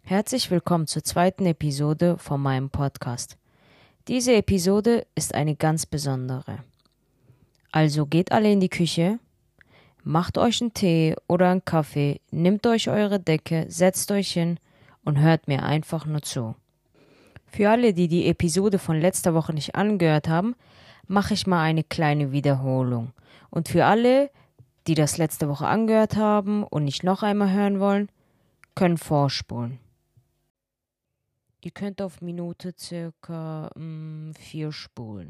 Herzlich willkommen zur zweiten Episode von meinem Podcast. Diese Episode ist eine ganz besondere. Also geht alle in die Küche, macht euch einen Tee oder einen Kaffee, nehmt euch eure Decke, setzt euch hin und hört mir einfach nur zu. Für alle, die die Episode von letzter Woche nicht angehört haben, mache ich mal eine kleine Wiederholung. Und für alle, die das letzte Woche angehört haben und nicht noch einmal hören wollen, können vorspulen. Ihr könnt auf Minute circa 4 spulen.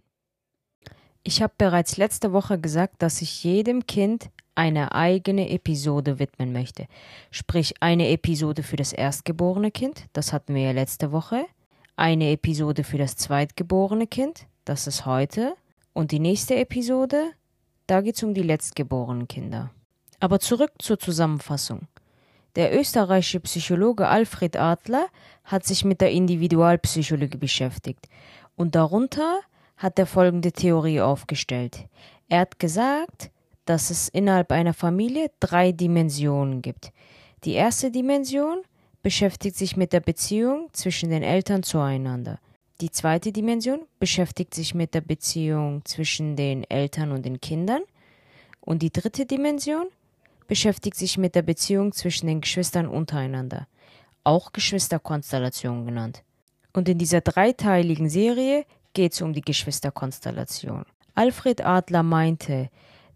Ich habe bereits letzte Woche gesagt, dass ich jedem Kind eine eigene Episode widmen möchte. Sprich, eine Episode für das erstgeborene Kind, das hatten wir ja letzte Woche. Eine Episode für das zweitgeborene Kind, das ist heute. Und die nächste Episode, da geht es um die letztgeborenen Kinder. Aber zurück zur Zusammenfassung. Der österreichische Psychologe Alfred Adler hat sich mit der Individualpsychologie beschäftigt und darunter hat er folgende Theorie aufgestellt. Er hat gesagt, dass es innerhalb einer Familie 3 Dimensionen gibt. Die erste Dimension beschäftigt sich mit der Beziehung zwischen den Eltern zueinander. Die zweite Dimension beschäftigt sich mit der Beziehung zwischen den Eltern und den Kindern. Und die dritte Dimension beschäftigt sich mit der Beziehung zwischen den Geschwistern untereinander, auch Geschwisterkonstellation genannt. Und in dieser dreiteiligen Serie geht es um die Geschwisterkonstellation. Alfred Adler meinte,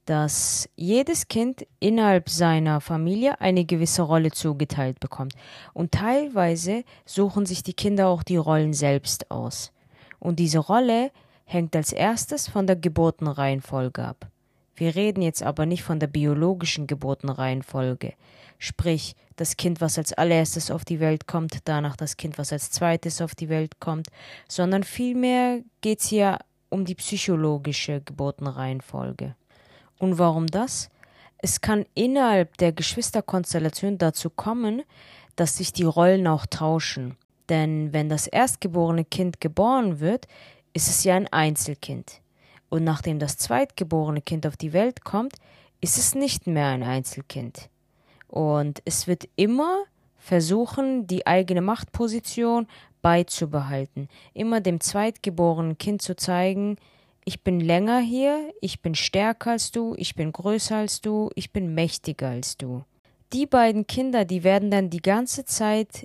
dass jedes Kind innerhalb seiner Familie eine gewisse Rolle zugeteilt bekommt. Und teilweise suchen sich die Kinder auch die Rollen selbst aus. Und diese Rolle hängt als erstes von der Geburtenreihenfolge ab. Wir reden jetzt aber nicht von der biologischen Geburtenreihenfolge, sprich das Kind, was als allererstes auf die Welt kommt, danach das Kind, was als zweites auf die Welt kommt, sondern vielmehr geht es hier um die psychologische Geburtenreihenfolge. Und warum das? Es kann innerhalb der Geschwisterkonstellation dazu kommen, dass sich die Rollen auch tauschen. Denn wenn das erstgeborene Kind geboren wird, ist es ja ein Einzelkind. Und nachdem das zweitgeborene Kind auf die Welt kommt, ist es nicht mehr ein Einzelkind. Und es wird immer versuchen, die eigene Machtposition beizubehalten. Immer dem zweitgeborenen Kind zu zeigen, ich bin länger hier, ich bin stärker als du, ich bin größer als du, ich bin mächtiger als du. Die beiden Kinder, die werden dann die ganze Zeit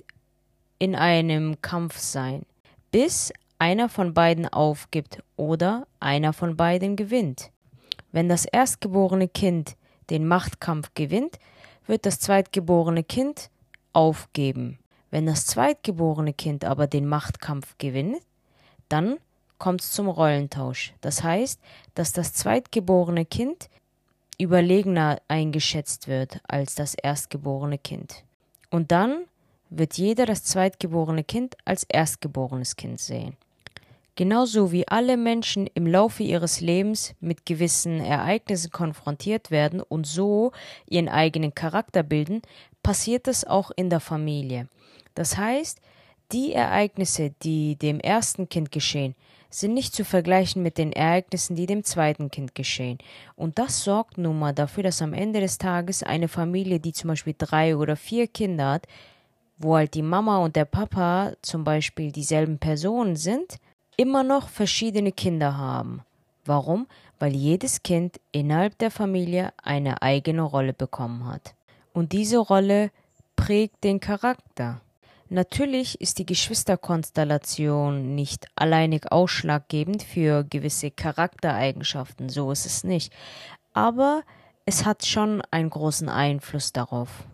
in einem Kampf sein, bis einer von beiden aufgibt oder einer von beiden gewinnt. Wenn das erstgeborene Kind den Machtkampf gewinnt, wird das zweitgeborene Kind aufgeben. Wenn das zweitgeborene Kind aber den Machtkampf gewinnt, dann kommt es zum Rollentausch. Das heißt, dass das zweitgeborene Kind überlegener eingeschätzt wird als das erstgeborene Kind. Und dann wird jeder das zweitgeborene Kind als erstgeborenes Kind sehen. Genauso wie alle Menschen im Laufe ihres Lebens mit gewissen Ereignissen konfrontiert werden und so ihren eigenen Charakter bilden, passiert es auch in der Familie. Das heißt, die Ereignisse, die dem ersten Kind geschehen, sind nicht zu vergleichen mit den Ereignissen, die dem zweiten Kind geschehen. Und das sorgt nun mal dafür, dass am Ende des Tages eine Familie, die zum Beispiel 3 oder 4 Kinder hat, wo halt die Mama und der Papa zum Beispiel dieselben Personen sind, immer noch verschiedene Kinder haben. Warum? Weil jedes Kind innerhalb der Familie eine eigene Rolle bekommen hat. Und diese Rolle prägt den Charakter. Natürlich ist die Geschwisterkonstellation nicht alleinig ausschlaggebend für gewisse Charaktereigenschaften, so ist es nicht. Aber es hat schon einen großen Einfluss darauf.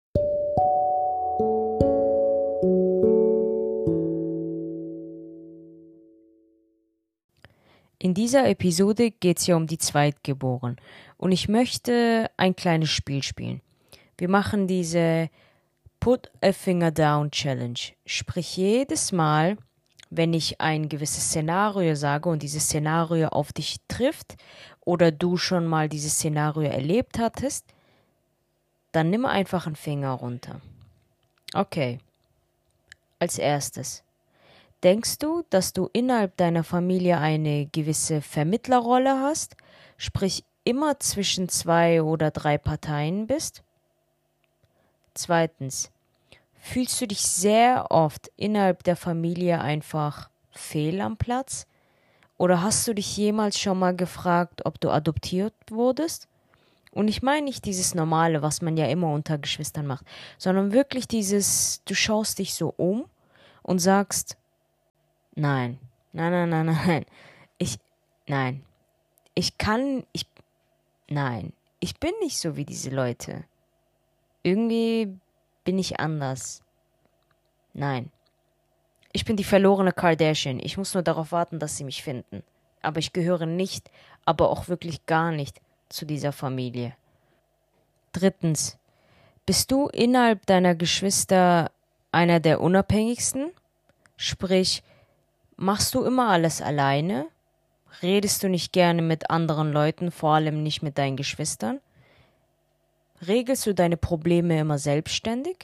In dieser Episode geht es ja um die Zweitgeborenen und ich möchte ein kleines Spiel spielen. Wir machen diese Put a Finger Down Challenge. Sprich, jedes Mal, wenn ich ein gewisses Szenario sage und dieses Szenario auf dich trifft oder du schon mal dieses Szenario erlebt hattest, dann nimm einfach einen Finger runter. Okay, als erstes. Denkst du, dass du innerhalb deiner Familie eine gewisse Vermittlerrolle hast, sprich immer zwischen 2 oder 3 Parteien bist? Zweitens, Fühlst du dich sehr oft innerhalb der Familie einfach fehl am Platz? Oder hast du dich jemals schon mal gefragt, ob du adoptiert wurdest? Und ich meine nicht dieses Normale, was man ja immer unter Geschwistern macht, sondern wirklich dieses, du schaust dich so um und sagst, nein, nein, nein, nein, nein, ich, nein, ich kann, ich, nein, ich bin nicht so wie diese Leute. Irgendwie bin ich anders. Nein. Ich bin die verlorene Kardashian. Ich muss nur darauf warten, dass sie mich finden. Aber ich gehöre nicht, aber auch wirklich gar nicht zu dieser Familie. Drittens. Bist du innerhalb deiner Geschwister einer der unabhängigsten? Sprich, machst du immer alles alleine? Redest du nicht gerne mit anderen Leuten, vor allem nicht mit deinen Geschwistern? Regelst du deine Probleme immer selbstständig?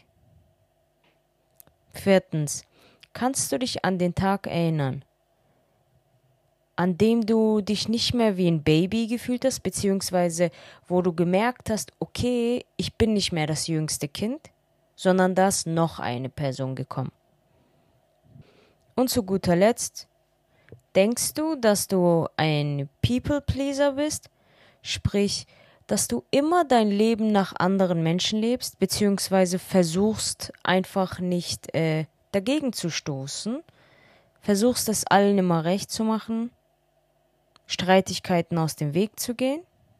Viertens. Kannst du dich an den Tag erinnern, an dem du dich nicht mehr wie ein Baby gefühlt hast, beziehungsweise wo du gemerkt hast, okay, ich bin nicht mehr das jüngste Kind, sondern da ist noch eine Person gekommen. Und zu guter Letzt, denkst du, dass du ein People-Pleaser bist? Sprich, dass du immer dein Leben nach anderen Menschen lebst, beziehungsweise versuchst einfach nicht dagegen zu stoßen, versuchst es allen immer recht zu machen, Streitigkeiten aus dem Weg zu gehen.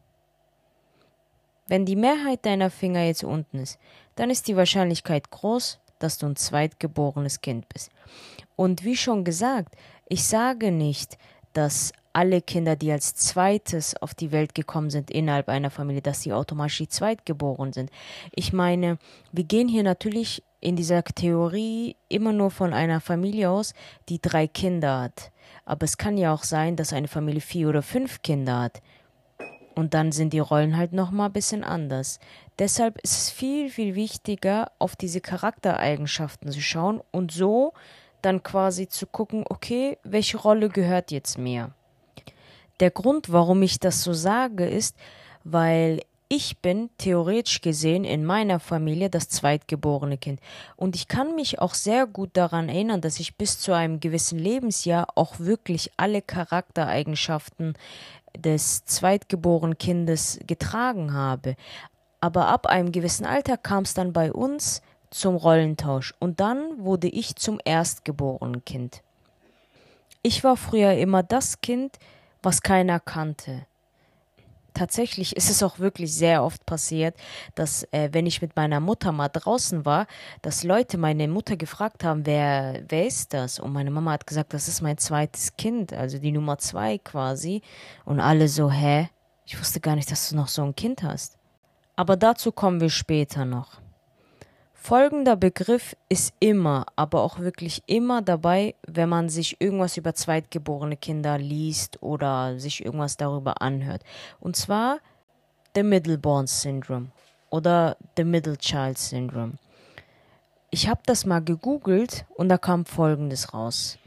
Wenn die Mehrheit deiner Finger jetzt unten ist, dann ist die Wahrscheinlichkeit groß, dass du ein zweitgeborenes Kind bist. Und wie schon gesagt, ich sage nicht, dass alle Kinder, die als zweites auf die Welt gekommen sind innerhalb einer Familie, dass sie automatisch die Zweitgeboren sind. Ich meine, wir gehen hier natürlich in dieser Theorie immer nur von einer Familie aus, die 3 Kinder hat. Aber es kann ja auch sein, dass eine Familie 4 oder 5 Kinder hat. Und dann sind die Rollen halt nochmal ein bisschen anders. Deshalb ist es viel, viel wichtiger, auf diese Charaktereigenschaften zu schauen und so dann quasi zu gucken, okay, welche Rolle gehört jetzt mir? Der Grund, warum ich das so sage, ist, weil ich bin theoretisch gesehen in meiner Familie das zweitgeborene Kind. Und ich kann mich auch sehr gut daran erinnern, dass ich bis zu einem gewissen Lebensjahr auch wirklich alle Charaktereigenschaften des zweitgeborenen Kindes getragen habe. Aber ab einem gewissen Alter kam es dann bei uns zum Rollentausch und dann wurde ich zum erstgeborenen Kind. Ich war früher immer das Kind, was keiner kannte. Tatsächlich ist es auch wirklich sehr oft passiert, dass wenn ich mit meiner Mutter mal draußen war, dass Leute meine Mutter gefragt haben, wer ist das? Und meine Mama hat gesagt, das ist mein zweites Kind, also die Nummer 2 quasi. Und alle so, hä? Ich wusste gar nicht, dass du noch so ein Kind hast. Aber dazu kommen wir später noch. Folgender Begriff ist immer, aber auch wirklich immer dabei, wenn man sich irgendwas über zweitgeborene Kinder liest oder sich irgendwas darüber anhört. Und zwar the Middle-born Syndrome oder the Middle Child Syndrome. Ich habe das mal gegoogelt und da kam Folgendes raus.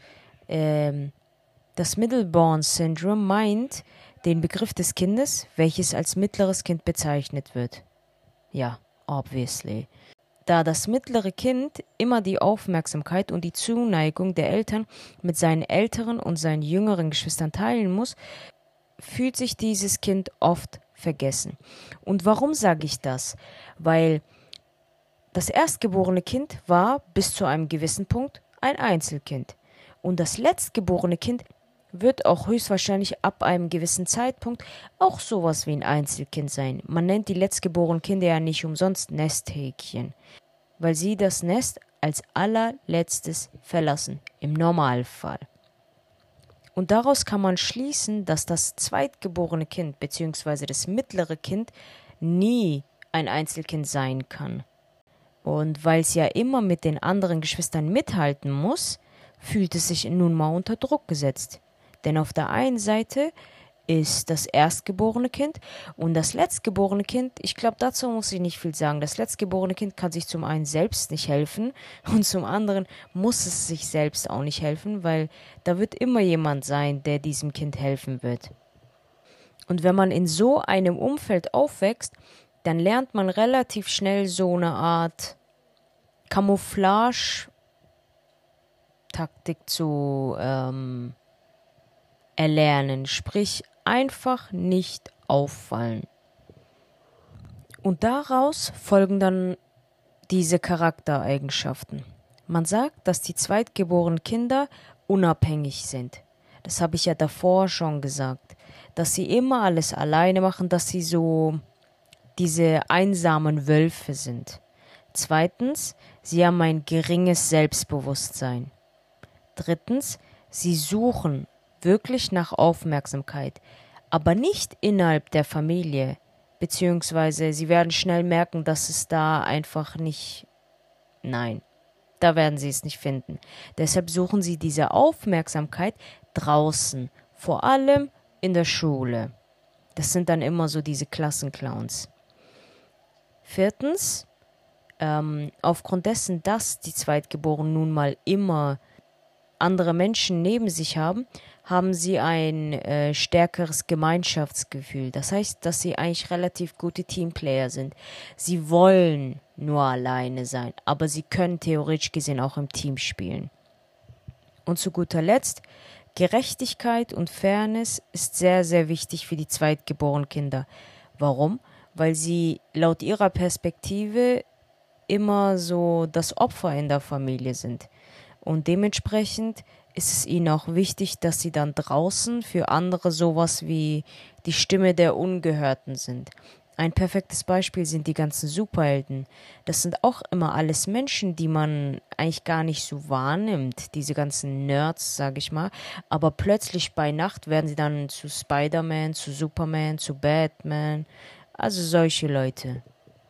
Das Middle-born Syndrome meint den Begriff des Kindes, welches als mittleres Kind bezeichnet wird. Ja, obviously. Da das mittlere Kind immer die Aufmerksamkeit und die Zuneigung der Eltern mit seinen älteren und seinen jüngeren Geschwistern teilen muss, fühlt sich dieses Kind oft vergessen. Und warum sage ich das? Weil das erstgeborene Kind war bis zu einem gewissen Punkt ein Einzelkind. Und das letztgeborene Kind wird auch höchstwahrscheinlich ab einem gewissen Zeitpunkt auch sowas wie ein Einzelkind sein. Man nennt die letztgeborenen Kinder ja nicht umsonst Nesthäkchen, weil sie das Nest als allerletztes verlassen, im Normalfall. Und daraus kann man schließen, dass das zweitgeborene Kind bzw. das mittlere Kind nie ein Einzelkind sein kann. Und weil es ja immer mit den anderen Geschwistern mithalten muss, fühlt es sich nun mal unter Druck gesetzt. Denn auf der einen Seite ist das erstgeborene Kind und das letztgeborene Kind, ich glaube, dazu muss ich nicht viel sagen. Das letztgeborene Kind kann sich zum einen selbst nicht helfen und zum anderen muss es sich selbst auch nicht helfen, weil da wird immer jemand sein, der diesem Kind helfen wird. Und wenn man in so einem Umfeld aufwächst, dann lernt man relativ schnell so eine Art Camouflage-Taktik zu erlernen. Sprich, einfach nicht auffallen. Und daraus folgen dann diese Charaktereigenschaften. Man sagt, dass die zweitgeborenen Kinder unabhängig sind. Das habe ich ja davor schon gesagt. Dass sie immer alles alleine machen, dass sie so diese einsamen Wölfe sind. Zweitens, sie haben ein geringes Selbstbewusstsein. Drittens, sie suchen wirklich nach Aufmerksamkeit, aber nicht innerhalb der Familie, beziehungsweise sie werden schnell merken, dass es da einfach nicht, nein, da werden sie es nicht finden. Deshalb suchen sie diese Aufmerksamkeit draußen, vor allem in der Schule. Das sind dann immer so diese Klassenclowns. Viertens, aufgrund dessen, dass die Zweitgeborenen nun mal immer andere Menschen neben sich haben, haben sie ein stärkeres Gemeinschaftsgefühl. Das heißt, dass sie eigentlich relativ gute Teamplayer sind. Sie wollen nur alleine sein, aber sie können theoretisch gesehen auch im Team spielen. Und zu guter Letzt, Gerechtigkeit und Fairness ist sehr, sehr wichtig für die zweitgeborenen Kinder. Warum? Weil sie laut ihrer Perspektive immer so das Opfer in der Familie sind. Und dementsprechend ist es ihnen auch wichtig, dass sie dann draußen für andere sowas wie die Stimme der Ungehörten sind. Ein perfektes Beispiel sind die ganzen Superhelden. Das sind auch immer alles Menschen, die man eigentlich gar nicht so wahrnimmt, diese ganzen Nerds, sage ich mal. Aber plötzlich bei Nacht werden sie dann zu Spider-Man, zu Superman, zu Batman, also solche Leute.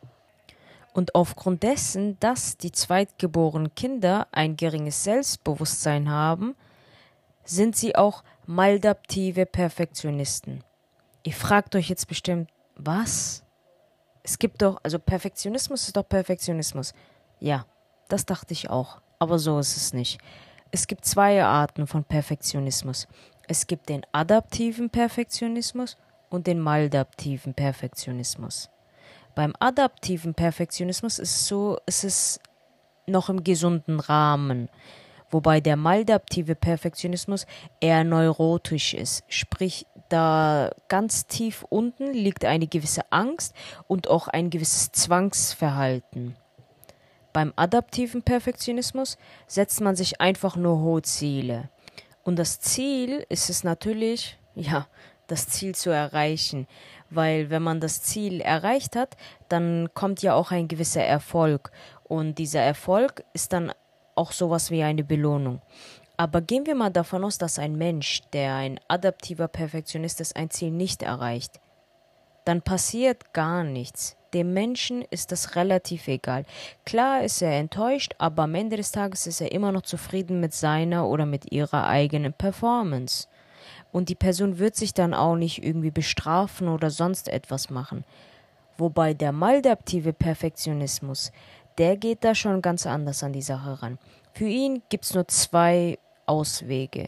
Und aufgrund dessen, dass die zweitgeborenen Kinder ein geringes Selbstbewusstsein haben, sind sie auch maladaptive Perfektionisten. Ihr fragt euch jetzt bestimmt, was? Es gibt doch, also Perfektionismus ist doch Perfektionismus. Ja, das dachte ich auch, aber so ist es nicht. Es gibt zwei Arten von Perfektionismus. Es gibt den adaptiven Perfektionismus und den maladaptiven Perfektionismus. Beim adaptiven Perfektionismus ist es noch im gesunden Rahmen, wobei der maladaptive Perfektionismus eher neurotisch ist, sprich da ganz tief unten liegt eine gewisse Angst und auch ein gewisses Zwangsverhalten. Beim adaptiven Perfektionismus setzt man sich einfach nur hohe Ziele. Und das Ziel ist es natürlich, das Ziel zu erreichen. Weil wenn man das Ziel erreicht hat, dann kommt ja auch ein gewisser Erfolg. Und dieser Erfolg ist dann auch sowas wie eine Belohnung. Aber gehen wir mal davon aus, dass ein Mensch, der ein adaptiver Perfektionist ist, ein Ziel nicht erreicht. Dann passiert gar nichts. Dem Menschen ist das relativ egal. Klar ist er enttäuscht, aber am Ende des Tages ist er immer noch zufrieden mit seiner oder mit ihrer eigenen Performance. Und die Person wird sich dann auch nicht irgendwie bestrafen oder sonst etwas machen. Wobei der maladaptive Perfektionismus, der geht da schon ganz anders an die Sache ran. Für ihn gibt es nur zwei Auswege.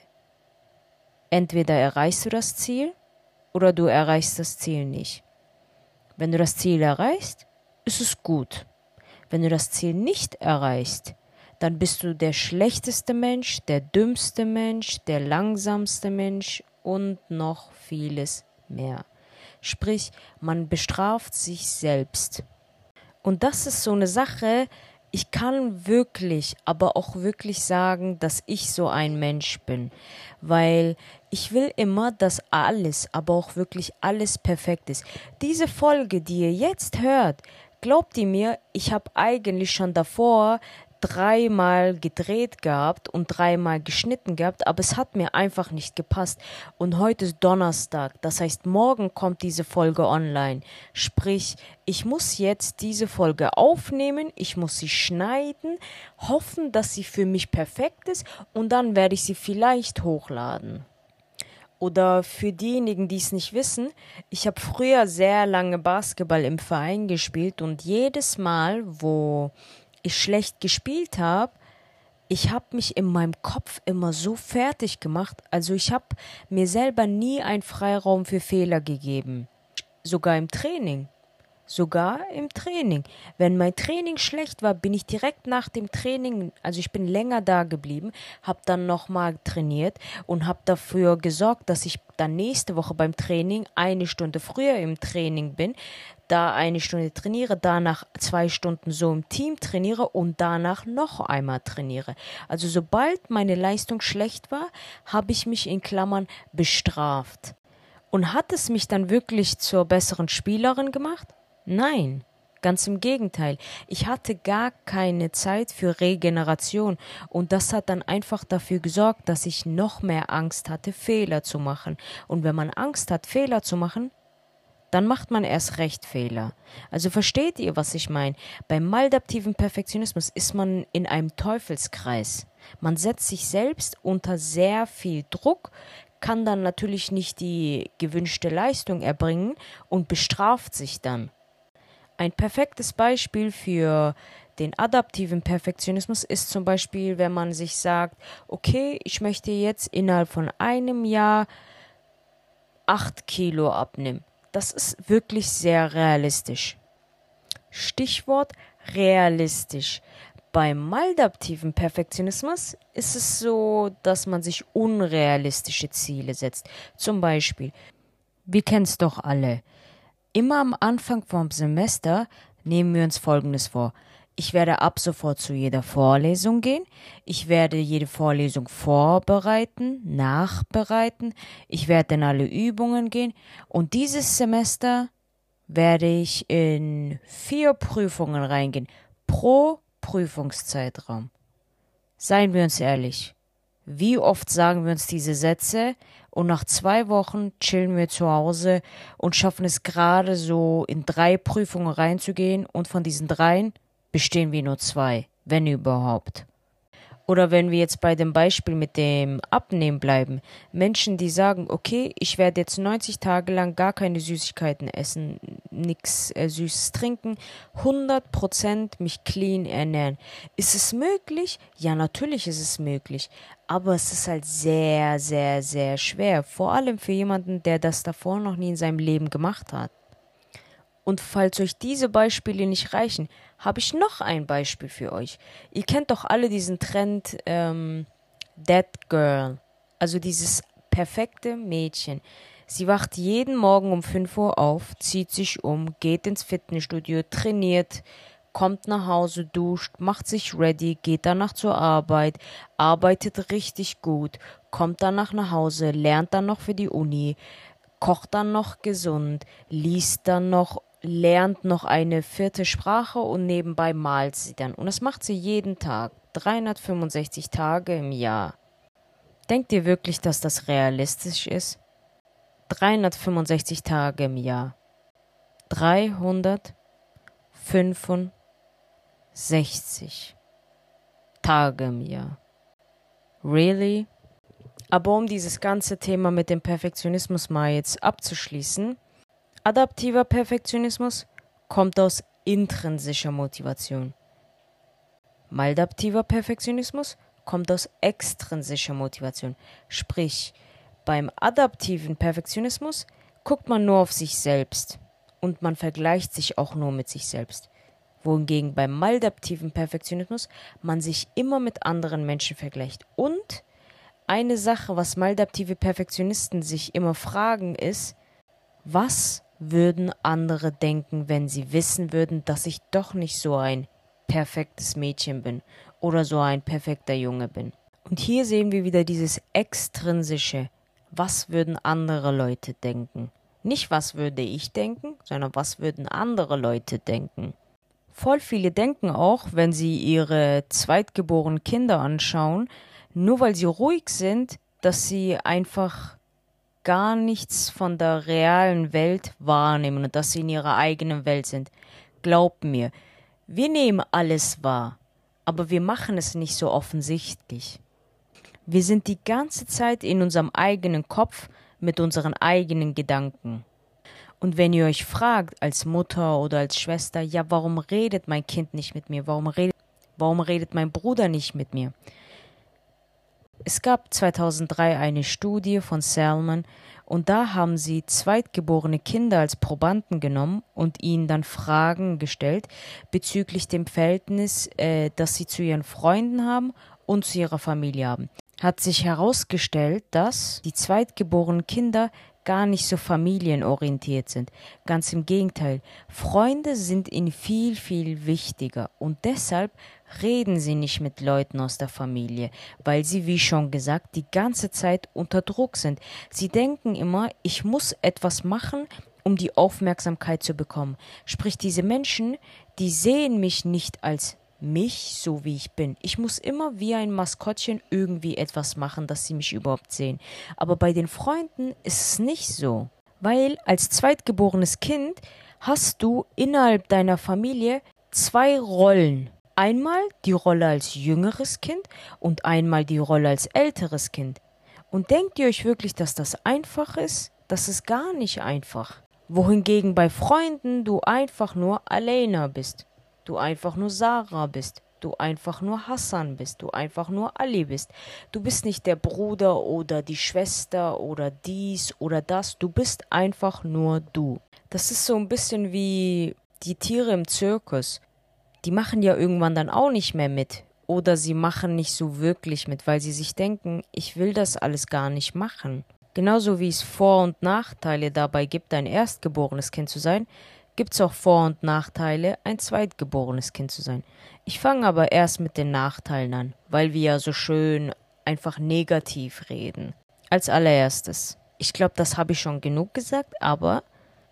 Entweder erreichst du das Ziel oder du erreichst das Ziel nicht. Wenn du das Ziel erreichst, ist es gut. Wenn du das Ziel nicht erreichst, dann bist du der schlechteste Mensch, der dümmste Mensch, der langsamste Mensch und noch vieles mehr. Sprich, man bestraft sich selbst. Und das ist so eine Sache, ich kann wirklich, aber auch wirklich sagen, dass ich so ein Mensch bin. Weil ich will immer, dass alles, aber auch wirklich alles perfekt ist. Diese Folge, die ihr jetzt hört, glaubt ihr mir, ich habe eigentlich schon davor 3-mal gedreht gehabt und 3-mal geschnitten gehabt, aber es hat mir einfach nicht gepasst. Und heute ist Donnerstag, das heißt, morgen kommt diese Folge online. Sprich, ich muss jetzt diese Folge aufnehmen, ich muss sie schneiden, hoffen, dass sie für mich perfekt ist und dann werde ich sie vielleicht hochladen. Oder für diejenigen, die es nicht wissen, ich habe früher sehr lange Basketball im Verein gespielt und jedes Mal, wo ich schlecht gespielt habe, ich habe mich in meinem Kopf immer so fertig gemacht. Also ich habe mir selber nie einen Freiraum für Fehler gegeben. Sogar im Training. Sogar im Training. Wenn mein Training schlecht war, bin ich direkt nach dem Training, also ich bin länger da geblieben, habe dann nochmal trainiert und habe dafür gesorgt, dass ich dann nächste Woche beim Training 1 Stunde früher im Training bin, da 1 Stunde trainiere, danach 2 Stunden so im Team trainiere und danach noch einmal trainiere. Also sobald meine Leistung schlecht war, habe ich mich in Klammern bestraft. Und hat es mich dann wirklich zur besseren Spielerin gemacht? Nein, ganz im Gegenteil. Ich hatte gar keine Zeit für Regeneration und das hat dann einfach dafür gesorgt, dass ich noch mehr Angst hatte, Fehler zu machen. Und wenn man Angst hat, Fehler zu machen, dann macht man erst recht Fehler. Also versteht ihr, was ich meine? Beim maladaptiven Perfektionismus ist man in einem Teufelskreis. Man setzt sich selbst unter sehr viel Druck, kann dann natürlich nicht die gewünschte Leistung erbringen und bestraft sich dann. Ein perfektes Beispiel für den adaptiven Perfektionismus ist zum Beispiel, wenn man sich sagt, okay, ich möchte jetzt innerhalb von einem Jahr 8 Kilo abnehmen. Das ist wirklich sehr realistisch. Stichwort realistisch. Beim maladaptiven Perfektionismus ist es so, dass man sich unrealistische Ziele setzt. Zum Beispiel, wir kennen es doch alle. Immer am Anfang vom Semester nehmen wir uns Folgendes vor. Ich werde ab sofort zu jeder Vorlesung gehen. Ich werde jede Vorlesung vorbereiten, nachbereiten. Ich werde in alle Übungen gehen. Und dieses Semester werde ich in 4 Prüfungen reingehen. Pro Prüfungszeitraum. Seien wir uns ehrlich. Wie oft sagen wir uns diese Sätze und nach 2 Wochen chillen wir zu Hause und schaffen es gerade so in 3 Prüfungen reinzugehen und von diesen 3 bestehen wir nur 2, wenn überhaupt. Oder wenn wir jetzt bei dem Beispiel mit dem Abnehmen bleiben. Menschen, die sagen, okay, ich werde jetzt 90 Tage lang gar keine Süßigkeiten essen, nichts Süßes trinken, 100% mich clean ernähren. Ist es möglich? Ja, natürlich ist es möglich. Aber es ist halt sehr, sehr, sehr schwer. Vor allem für jemanden, der das davor noch nie in seinem Leben gemacht hat. Und falls euch diese Beispiele nicht reichen, habe ich noch ein Beispiel für euch. Ihr kennt doch alle diesen Trend That Girl, also dieses perfekte Mädchen. Sie wacht jeden Morgen um 5 Uhr auf, zieht sich um, geht ins Fitnessstudio, trainiert, kommt nach Hause, duscht, macht sich ready, geht danach zur Arbeit, arbeitet richtig gut, kommt danach nach Hause, lernt dann noch für die Uni, kocht dann noch gesund, liest dann noch, lernt noch eine 4. Sprache und nebenbei malt sie dann. Und das macht sie jeden Tag, 365 Tage im Jahr. Denkt ihr wirklich, dass das realistisch ist? 365 Tage im Jahr. 365 Tage im Jahr. Really? Aber um dieses ganze Thema mit dem Perfektionismus mal jetzt abzuschließen, adaptiver Perfektionismus kommt aus intrinsischer Motivation. Maladaptiver Perfektionismus kommt aus extrinsischer Motivation. Sprich, beim adaptiven Perfektionismus guckt man nur auf sich selbst und man vergleicht sich auch nur mit sich selbst. Wohingegen beim maladaptiven Perfektionismus man sich immer mit anderen Menschen vergleicht. Und eine Sache, was maladaptive Perfektionisten sich immer fragen, ist, was würden andere denken, wenn sie wissen würden, dass ich doch nicht so ein perfektes Mädchen bin oder so ein perfekter Junge bin. Und hier sehen wir wieder dieses extrinsische. Was würden andere Leute denken? Nicht, was würde ich denken, sondern was würden andere Leute denken? Voll viele denken auch, wenn sie ihre zweitgeborenen Kinder anschauen, nur weil sie ruhig sind, dass sie einfach gar nichts von der realen Welt wahrnehmen und dass sie in ihrer eigenen Welt sind. Glaubt mir, wir nehmen alles wahr, aber wir machen es nicht so offensichtlich. Wir sind die ganze Zeit in unserem eigenen Kopf mit unseren eigenen Gedanken. Und wenn ihr euch fragt, als Mutter oder als Schwester, ja, warum redet mein Kind nicht mit mir? Warum redet mein Bruder nicht mit mir? Es gab 2003 eine Studie von Salman Und da haben sie zweitgeborene Kinder als Probanden genommen und ihnen dann Fragen gestellt bezüglich dem Verhältnis, das sie zu ihren Freunden haben und zu ihrer Familie haben. Hat sich herausgestellt, dass die zweitgeborenen Kinder gar nicht so familienorientiert sind. Ganz im Gegenteil. Freunde sind ihnen viel, viel wichtiger und deshalb reden sie nicht mit Leuten aus der Familie, weil sie, wie schon gesagt, die ganze Zeit unter Druck sind. Sie denken immer, ich muss etwas machen, um die Aufmerksamkeit zu bekommen. Sprich, diese Menschen, die sehen mich nicht als mich, so wie ich bin. Ich muss immer wie ein Maskottchen irgendwie etwas machen, dass sie mich überhaupt sehen. Aber bei den Freunden ist es nicht so. Weil als zweitgeborenes Kind hast du innerhalb deiner Familie zwei Rollen. Einmal die Rolle als jüngeres Kind und einmal die Rolle als älteres Kind. Und denkt ihr euch wirklich, dass das einfach ist? Das ist gar nicht einfach. Wohingegen bei Freunden du einfach nur Alena bist. Du einfach nur Sarah bist, du einfach nur Hassan bist, du einfach nur Ali bist. Du bist nicht der Bruder oder die Schwester oder dies oder das, du bist einfach nur du. Das ist so ein bisschen wie die Tiere im Zirkus. Die machen ja irgendwann dann auch nicht mehr mit. Oder sie machen nicht so wirklich mit, weil sie sich denken, ich will das alles gar nicht machen. Genauso wie es Vor- und Nachteile dabei gibt, ein erstgeborenes Kind zu sein, gibt es auch Vor- und Nachteile, ein zweitgeborenes Kind zu sein. Ich fange aber erst mit den Nachteilen an, weil wir ja so schön einfach negativ reden. Als allererstes, ich glaube, das habe ich schon genug gesagt, aber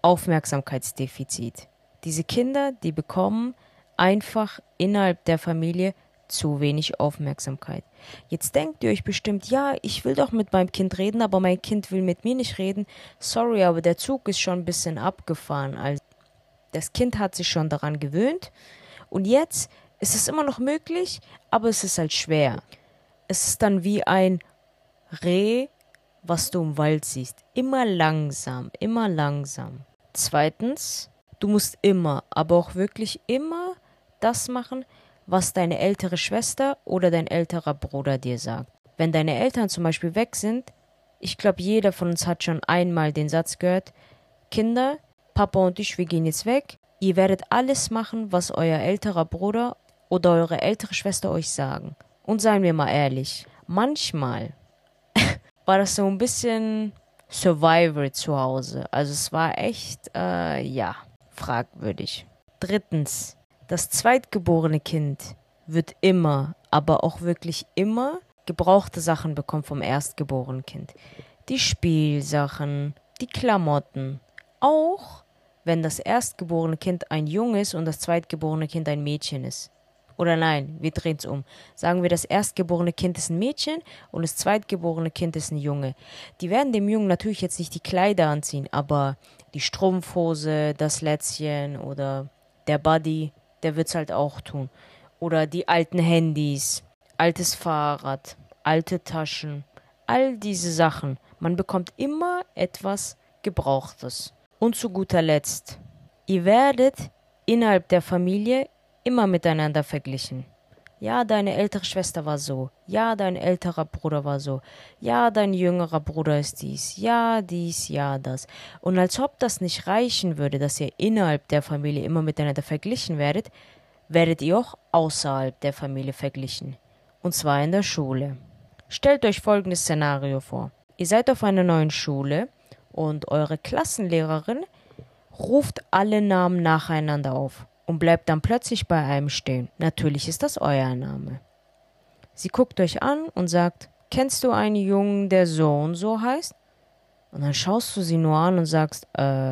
Aufmerksamkeitsdefizit. Diese Kinder, die bekommen einfach innerhalb der Familie zu wenig Aufmerksamkeit. Jetzt denkt ihr euch bestimmt, ja, ich will doch mit meinem Kind reden, aber mein Kind will mit mir nicht reden. Sorry, aber der Zug ist schon ein bisschen abgefahren. Also das Kind hat sich schon daran gewöhnt und jetzt ist es immer noch möglich, aber es ist halt schwer. Es ist dann wie ein Reh, was du im Wald siehst. Immer langsam, immer langsam. Zweitens, du musst immer, aber auch wirklich immer das machen, was deine ältere Schwester oder dein älterer Bruder dir sagt. Wenn deine Eltern zum Beispiel weg sind, ich glaube, jeder von uns hat schon einmal den Satz gehört, Kinder, Papa und ich, wir gehen jetzt weg. Ihr werdet alles machen, was euer älterer Bruder oder eure ältere Schwester euch sagen. Und seien wir mal ehrlich, manchmal war das so ein bisschen Survivor zu Hause. Also es war echt, fragwürdig. Drittens, das zweitgeborene Kind wird immer, aber auch wirklich immer gebrauchte Sachen bekommen vom erstgeborenen Kind. Die Spielsachen, die Klamotten. Auch wenn das erstgeborene Kind ein Junge ist und das zweitgeborene Kind ein Mädchen ist. Oder nein, wir drehen es um. Sagen wir, das erstgeborene Kind ist ein Mädchen und das zweitgeborene Kind ist ein Junge. Die werden dem Jungen natürlich jetzt nicht die Kleider anziehen, aber die Strumpfhose, das Lätzchen oder der Buddy, der wird es halt auch tun. Oder die alten Handys, altes Fahrrad, alte Taschen, all diese Sachen. Man bekommt immer etwas Gebrauchtes. Und zu guter Letzt, ihr werdet innerhalb der Familie immer miteinander verglichen. Ja, deine ältere Schwester war so. Ja, dein älterer Bruder war so. Ja, dein jüngerer Bruder ist dies. Ja, dies, ja, das. Und als ob das nicht reichen würde, dass ihr innerhalb der Familie immer miteinander verglichen werdet, werdet ihr auch außerhalb der Familie verglichen. Und zwar in der Schule. Stellt euch folgendes Szenario vor. Ihr seid auf einer neuen Schule und eure Klassenlehrerin ruft alle Namen nacheinander auf und bleibt dann plötzlich bei einem stehen. Natürlich ist das euer Name. Sie guckt euch an und sagt, kennst du einen Jungen, der so und so heißt? Und dann schaust du sie nur an und sagst,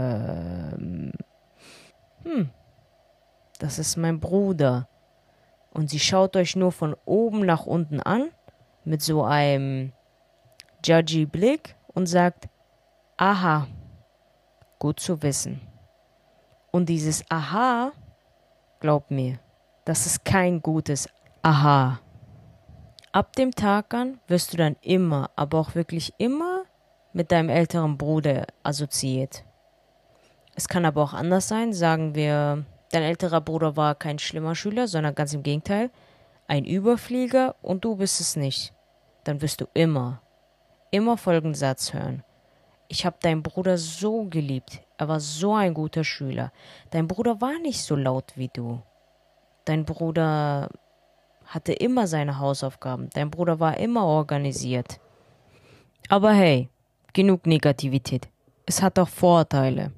das ist mein Bruder. Und sie schaut euch nur von oben nach unten an, mit so einem judgy Blick und sagt, aha, gut zu wissen. Und dieses Aha, glaub mir, das ist kein gutes Aha. Ab dem Tag an wirst du dann immer, aber auch wirklich immer mit deinem älteren Bruder assoziiert. Es kann aber auch anders sein, sagen wir, dein älterer Bruder war kein schlimmer Schüler, sondern ganz im Gegenteil, ein Überflieger und du bist es nicht. Dann wirst du immer folgenden Satz hören. ich habe deinen Bruder so geliebt. Er war so ein guter Schüler. Dein Bruder war nicht so laut wie du. Dein Bruder hatte immer seine Hausaufgaben. Dein Bruder war immer organisiert. Aber hey, genug Negativität. Es hat auch Vorteile.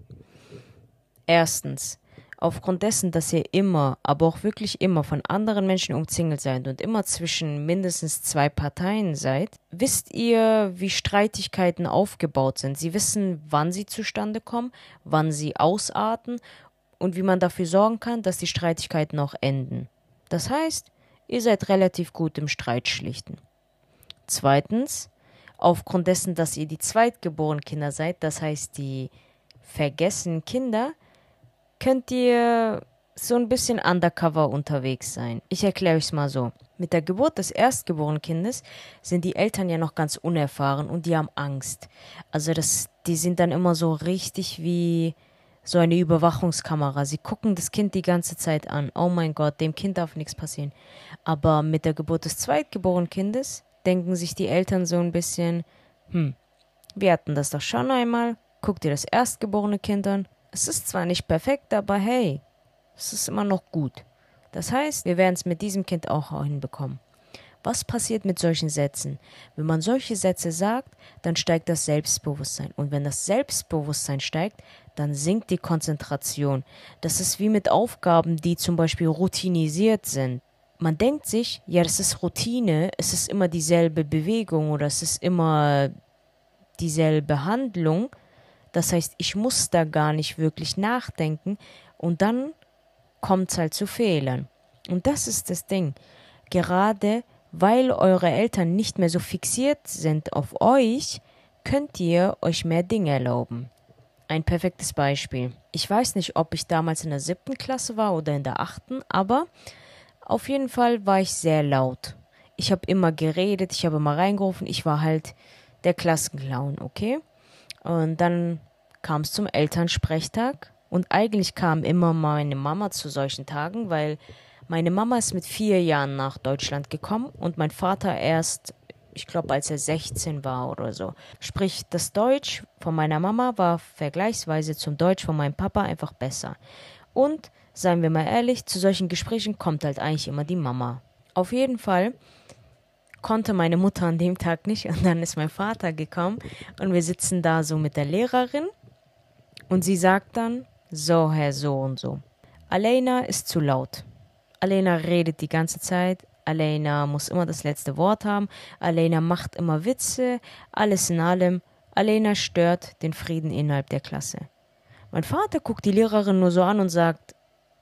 Erstens, aufgrund dessen, dass ihr immer, aber auch wirklich immer von anderen Menschen umzingelt seid und immer zwischen mindestens zwei Parteien seid, wisst ihr, wie Streitigkeiten aufgebaut sind. Sie wissen, wann sie zustande kommen, wann sie ausarten und wie man dafür sorgen kann, dass die Streitigkeiten auch enden. Das heißt, ihr seid relativ gut im Streitschlichten. Zweitens, aufgrund dessen, dass ihr die zweitgeborenen Kinder seid, das heißt die vergessenen Kinder, könnt ihr so ein bisschen undercover unterwegs sein. Ich erkläre euch es mal so. Mit der Geburt des erstgeborenen Kindes sind die Eltern ja noch ganz unerfahren und die haben Angst. Also die sind dann immer so richtig wie so eine Überwachungskamera. Sie gucken das Kind die ganze Zeit an. Oh mein Gott, dem Kind darf nichts passieren. Aber mit der Geburt des zweitgeborenen Kindes denken sich die Eltern so ein bisschen, wir hatten das doch schon einmal. Guck dir das erstgeborene Kind an. Es ist zwar nicht perfekt, aber hey, es ist immer noch gut. Das heißt, wir werden es mit diesem Kind auch hinbekommen. Was passiert mit solchen Sätzen? Wenn man solche Sätze sagt, dann steigt das Selbstbewusstsein. Und wenn das Selbstbewusstsein steigt, dann sinkt die Konzentration. Das ist wie mit Aufgaben, die zum Beispiel routinisiert sind. Man denkt sich, ja, das ist Routine, es ist immer dieselbe Bewegung oder es ist immer dieselbe Handlung. Das heißt, ich muss da gar nicht wirklich nachdenken und dann kommt es halt zu Fehlern. Und das ist das Ding. Gerade weil eure Eltern nicht mehr so fixiert sind auf euch, könnt ihr euch mehr Dinge erlauben. Ein perfektes Beispiel. Ich weiß nicht, ob ich damals in der 7. Klasse war oder in der 8., aber auf jeden Fall war ich sehr laut. Ich habe immer geredet, ich habe immer reingerufen, ich war halt der Klassenclown, okay? Und dann kam es zum Elternsprechtag und eigentlich kam immer meine Mama zu solchen Tagen, weil meine Mama ist mit 4 Jahren nach Deutschland gekommen und mein Vater erst, ich glaube, als er 16 war oder so. Sprich, das Deutsch von meiner Mama war vergleichsweise zum Deutsch von meinem Papa einfach besser. Und, seien wir mal ehrlich, zu solchen Gesprächen kommt halt eigentlich immer die Mama. Auf jeden Fall konnte meine Mutter an dem Tag nicht und dann ist mein Vater gekommen und wir sitzen da so mit der Lehrerin und sie sagt dann, so Herr so und so, Aleyna ist zu laut. Aleyna redet die ganze Zeit, Aleyna muss immer das letzte Wort haben, Aleyna macht immer Witze, alles in allem, Aleyna stört den Frieden innerhalb der Klasse. Mein Vater guckt die Lehrerin nur so an und sagt,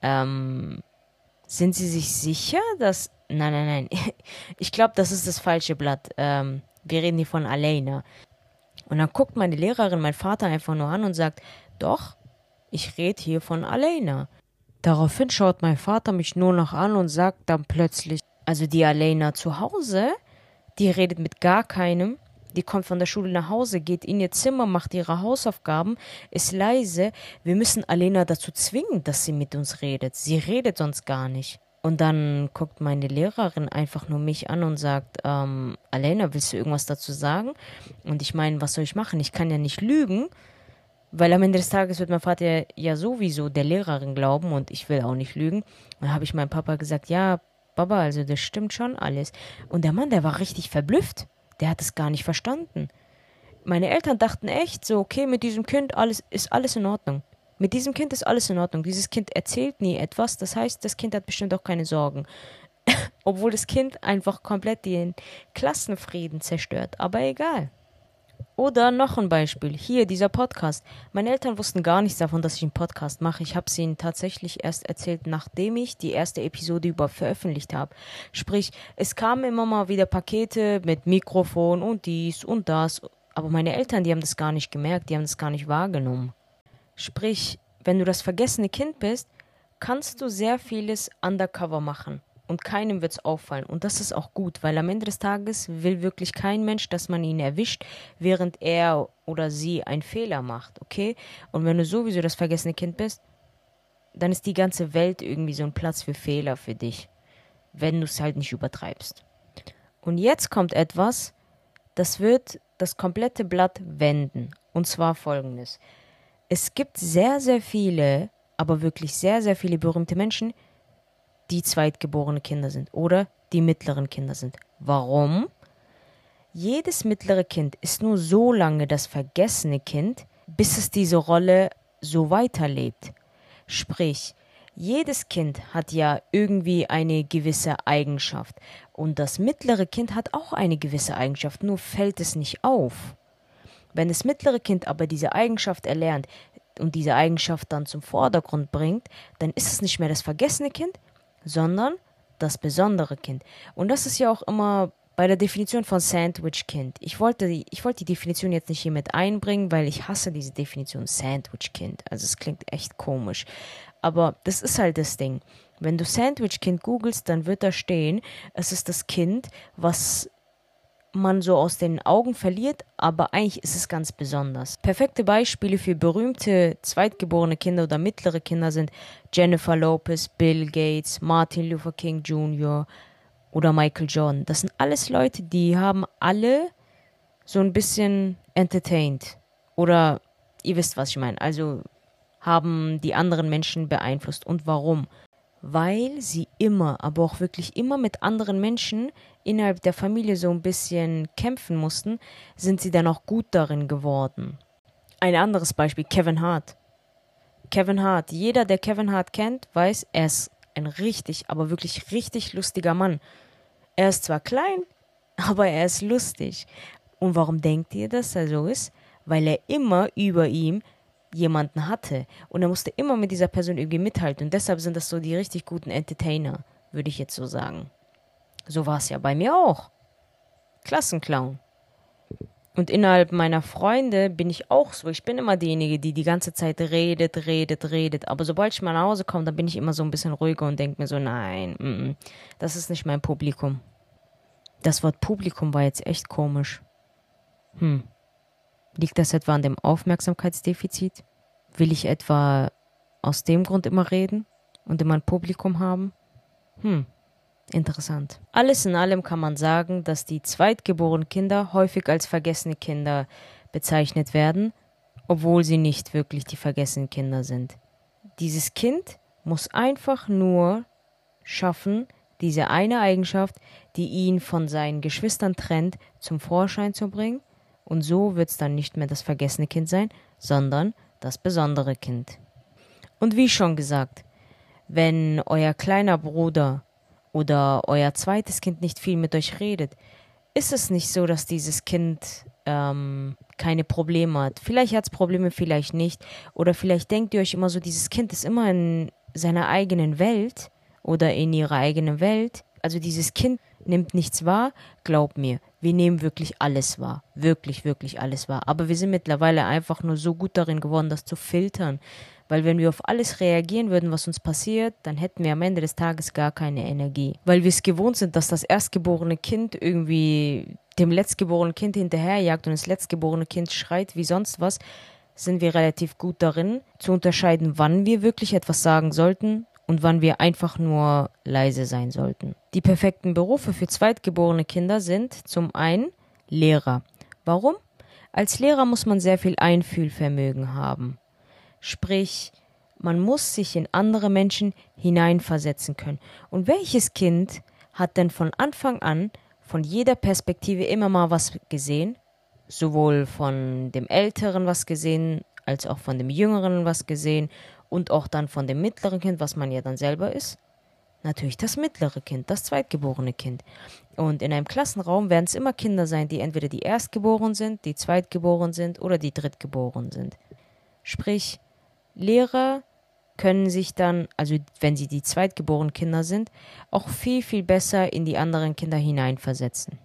sind Sie sich sicher, dass... Nein. Ich glaube, das ist das falsche Blatt. Wir reden hier von Aleyna. Und dann guckt meine Lehrerin mein Vater einfach nur an und sagt, doch, ich rede hier von Aleyna. Daraufhin schaut mein Vater mich nur noch an und sagt dann plötzlich, also die Aleyna zu Hause, die redet mit gar keinem, die kommt von der Schule nach Hause, geht in ihr Zimmer, macht ihre Hausaufgaben, ist leise. Wir müssen Aleyna dazu zwingen, dass sie mit uns redet. Sie redet sonst gar nicht. Und dann guckt meine Lehrerin einfach nur mich an und sagt, Aleyna, willst du irgendwas dazu sagen? Und ich meine, was soll ich machen? Ich kann ja nicht lügen, weil am Ende des Tages wird mein Vater ja sowieso der Lehrerin glauben und ich will auch nicht lügen. Dann habe ich meinem Papa gesagt, ja, Papa, also das stimmt schon alles. Und der Mann, der war richtig verblüfft. Der hat es gar nicht verstanden. Meine Eltern dachten echt so, okay, mit diesem Kind ist alles in Ordnung. Mit diesem Kind ist alles in Ordnung. Dieses Kind erzählt nie etwas. Das heißt, das Kind hat bestimmt auch keine Sorgen. Obwohl das Kind einfach komplett den Klassenfrieden zerstört. Aber egal. Oder noch ein Beispiel. Hier, dieser Podcast. Meine Eltern wussten gar nichts davon, dass ich einen Podcast mache. Ich habe es ihnen tatsächlich erst erzählt, nachdem ich die erste Episode überhaupt veröffentlicht habe. Sprich, es kamen immer mal wieder Pakete mit Mikrofon und dies und das. Aber meine Eltern, die haben das gar nicht gemerkt, die haben das gar nicht wahrgenommen. Sprich, wenn du das vergessene Kind bist, kannst du sehr vieles undercover machen. Und keinem wird es auffallen. Und das ist auch gut, weil am Ende des Tages will wirklich kein Mensch, dass man ihn erwischt, während er oder sie einen Fehler macht, okay? Und wenn du sowieso das vergessene Kind bist, dann ist die ganze Welt irgendwie so ein Platz für Fehler für dich, wenn du es halt nicht übertreibst. Und jetzt kommt etwas, das wird das komplette Blatt wenden. Und zwar folgendes. Es gibt sehr, sehr viele, aber wirklich sehr, sehr viele berühmte Menschen, die zweitgeborene Kinder sind oder die mittleren Kinder sind. Warum? Jedes mittlere Kind ist nur so lange das vergessene Kind, bis es diese Rolle so weiterlebt. Sprich, jedes Kind hat ja irgendwie eine gewisse Eigenschaft und das mittlere Kind hat auch eine gewisse Eigenschaft, nur fällt es nicht auf. Wenn das mittlere Kind aber diese Eigenschaft erlernt und diese Eigenschaft dann zum Vordergrund bringt, dann ist es nicht mehr das vergessene Kind, sondern das besondere Kind. Und das ist ja auch immer bei der Definition von Sandwich-Kind. Ich wollte die Definition jetzt nicht hier mit einbringen, weil ich hasse diese Definition Sandwich-Kind. Also es klingt echt komisch. Aber das ist halt das Ding. Wenn du Sandwich-Kind googelst, dann wird da stehen, es ist das Kind, was man so aus den Augen verliert, aber eigentlich ist es ganz besonders. Perfekte Beispiele für berühmte zweitgeborene Kinder oder mittlere Kinder sind Jennifer Lopez, Bill Gates, Martin Luther King Jr. oder Michael Jordan. Das sind alles Leute, die haben alle so ein bisschen entertained. Oder ihr wisst, was ich meine. Also haben die anderen Menschen beeinflusst. Und warum? Weil sie immer, aber auch wirklich immer mit anderen Menschen innerhalb der Familie so ein bisschen kämpfen mussten, sind sie dann auch gut darin geworden. Ein anderes Beispiel, Kevin Hart. Kevin Hart, jeder, der Kevin Hart kennt, weiß, er ist ein richtig, aber wirklich richtig lustiger Mann. Er ist zwar klein, aber er ist lustig. Und warum denkt ihr, dass er so ist? Weil er immer über ihm jemanden hatte. Und er musste immer mit dieser Person irgendwie mithalten. Und deshalb sind das so die richtig guten Entertainer, würde ich jetzt so sagen. So war es ja bei mir auch. Klassenclown. Und innerhalb meiner Freunde bin ich auch so. Ich bin immer diejenige, die die ganze Zeit redet. Aber sobald ich mal nach Hause komme, dann bin ich immer so ein bisschen ruhiger und denke mir so, nein, das ist nicht mein Publikum. Das Wort Publikum war jetzt echt komisch. Liegt das etwa an dem Aufmerksamkeitsdefizit? Will ich etwa aus dem Grund immer reden und immer ein Publikum haben? Interessant. Alles in allem kann man sagen, dass die zweitgeborenen Kinder häufig als vergessene Kinder bezeichnet werden, obwohl sie nicht wirklich die vergessenen Kinder sind. Dieses Kind muss einfach nur schaffen, diese eine Eigenschaft, die ihn von seinen Geschwistern trennt, zum Vorschein zu bringen. Und so wird es dann nicht mehr das vergessene Kind sein, sondern das besondere Kind. Und wie schon gesagt, wenn euer kleiner Bruder oder euer zweites Kind nicht viel mit euch redet, ist es nicht so, dass dieses Kind keine Probleme hat. Vielleicht hat es Probleme, vielleicht nicht. Oder vielleicht denkt ihr euch immer so, dieses Kind ist immer in seiner eigenen Welt oder in ihrer eigenen Welt. Also dieses Kind nimmt nichts wahr, glaub mir, wir nehmen wirklich alles wahr. Wirklich, wirklich alles wahr. Aber wir sind mittlerweile einfach nur so gut darin geworden, das zu filtern. Weil wenn wir auf alles reagieren würden, was uns passiert, dann hätten wir am Ende des Tages gar keine Energie. Weil wir es gewohnt sind, dass das erstgeborene Kind irgendwie dem letztgeborenen Kind hinterherjagt und das letztgeborene Kind schreit wie sonst was, sind wir relativ gut darin, zu unterscheiden, wann wir wirklich etwas sagen sollten und wann wir einfach nur leise sein sollten. Die perfekten Berufe für zweitgeborene Kinder sind zum einen Lehrer. Warum? Als Lehrer muss man sehr viel Einfühlvermögen haben. Sprich, man muss sich in andere Menschen hineinversetzen können. Und welches Kind hat denn von Anfang an von jeder Perspektive immer mal was gesehen? Sowohl von dem Älteren was gesehen, als auch von dem Jüngeren was gesehen und auch dann von dem mittleren Kind, was man ja dann selber ist. Natürlich das mittlere Kind, das zweitgeborene Kind. Und in einem Klassenraum werden es immer Kinder sein, die entweder die Erstgeborenen sind, die Zweitgeborenen sind oder die Drittgeborenen sind. Sprich, Lehrer können sich dann, also wenn sie die zweitgeborenen Kinder sind, auch viel, viel besser in die anderen Kinder hineinversetzen.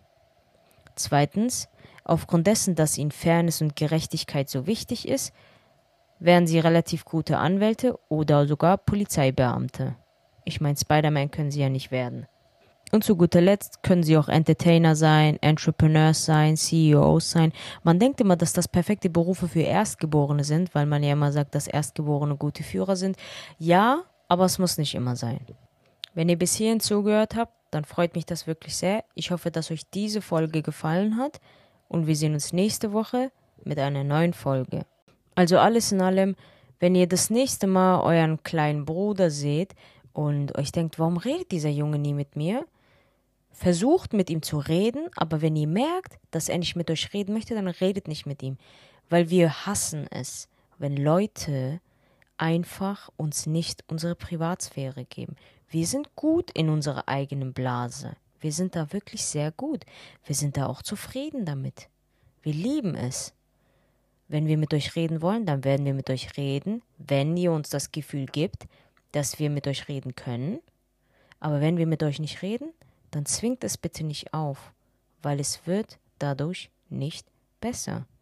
Zweitens, aufgrund dessen, dass ihnen Fairness und Gerechtigkeit so wichtig ist, werden sie relativ gute Anwälte oder sogar Polizeibeamte. Ich meine, Spider-Man können sie ja nicht werden. Und zu guter Letzt können sie auch Entertainer sein, Entrepreneurs sein, CEOs sein. Man denkt immer, dass das perfekte Berufe für Erstgeborene sind, weil man ja immer sagt, dass Erstgeborene gute Führer sind. Ja, aber es muss nicht immer sein. Wenn ihr bis hierhin zugehört habt, dann freut mich das wirklich sehr. Ich hoffe, dass euch diese Folge gefallen hat und wir sehen uns nächste Woche mit einer neuen Folge. Also alles in allem, wenn ihr das nächste Mal euren kleinen Bruder seht und euch denkt, warum redet dieser Junge nie mit mir? Versucht mit ihm zu reden, aber wenn ihr merkt, dass er nicht mit euch reden möchte, dann redet nicht mit ihm. Weil wir hassen es, wenn Leute einfach uns nicht unsere Privatsphäre geben. Wir sind gut in unserer eigenen Blase. Wir sind da wirklich sehr gut. Wir sind da auch zufrieden damit. Wir lieben es. Wenn wir mit euch reden wollen, dann werden wir mit euch reden, wenn ihr uns das Gefühl gibt, dass wir mit euch reden können. Aber wenn wir mit euch nicht reden, dann zwingt es bitte nicht auf, weil es wird dadurch nicht besser.